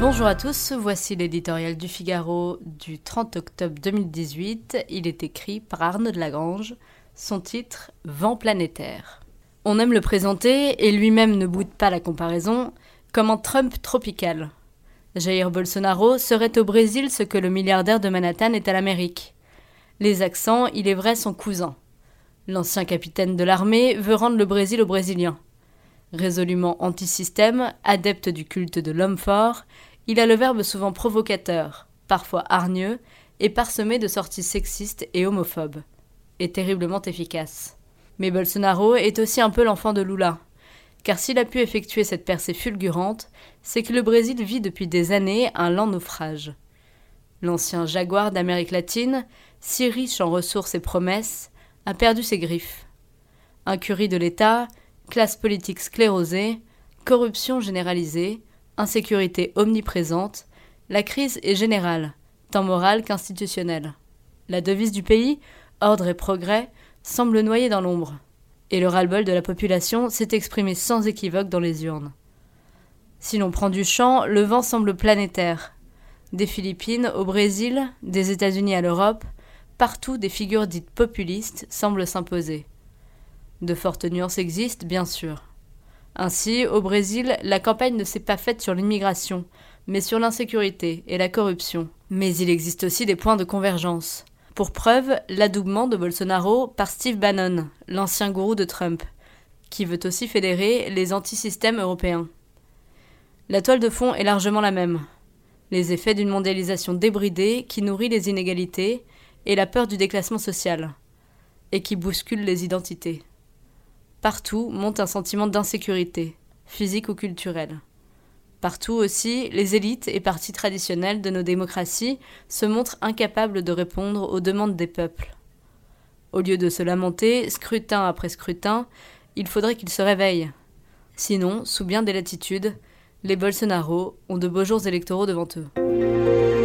Bonjour à tous, voici l'éditorial du Figaro du 30 octobre 2018. Il est écrit par Arnaud de Lagrange. Son titre « Vent planétaire ». On aime le présenter, et lui-même ne boude pas la comparaison, comme un Trump tropical. Jair Bolsonaro serait au Brésil ce que le milliardaire de Manhattan est à l'Amérique. Les accents, il est vrai, sont cousins. L'ancien capitaine de l'armée veut rendre le Brésil aux Brésiliens. Résolument anti-système, adepte du culte de l'homme fort, il a le verbe souvent provocateur, parfois hargneux, et parsemé de sorties sexistes et homophobes. Et terriblement efficace. Mais Bolsonaro est aussi un peu l'enfant de Lula. Car s'il a pu effectuer cette percée fulgurante, c'est que le Brésil vit depuis des années un lent naufrage. L'ancien jaguar d'Amérique latine, si riche en ressources et promesses, a perdu ses griffes. Incurie de l'État, classe politique sclérosée, corruption généralisée, insécurité omniprésente, la crise est générale, tant morale qu'institutionnelle. La devise du pays, ordre et progrès, semble noyée dans l'ombre. Et le ras-le-bol de la population s'est exprimé sans équivoque dans les urnes. Si l'on prend du champ, le vent semble planétaire. Des Philippines au Brésil, des États-Unis à l'Europe, partout des figures dites populistes semblent s'imposer. De fortes nuances existent, bien sûr. Ainsi, au Brésil, la campagne ne s'est pas faite sur l'immigration, mais sur l'insécurité et la corruption. Mais il existe aussi des points de convergence. Pour preuve, l'adoubement de Bolsonaro par Steve Bannon, l'ancien gourou de Trump, qui veut aussi fédérer les antisystèmes européens. La toile de fond est largement la même. Les effets d'une mondialisation débridée qui nourrit les inégalités et la peur du déclassement social, et qui bouscule les identités. Partout monte un sentiment d'insécurité, physique ou culturelle. Partout aussi, les élites et partis traditionnels de nos démocraties se montrent incapables de répondre aux demandes des peuples. Au lieu de se lamenter, scrutin après scrutin, il faudrait qu'ils se réveillent. Sinon, sous bien des latitudes, les Bolsonaro ont de beaux jours électoraux devant eux.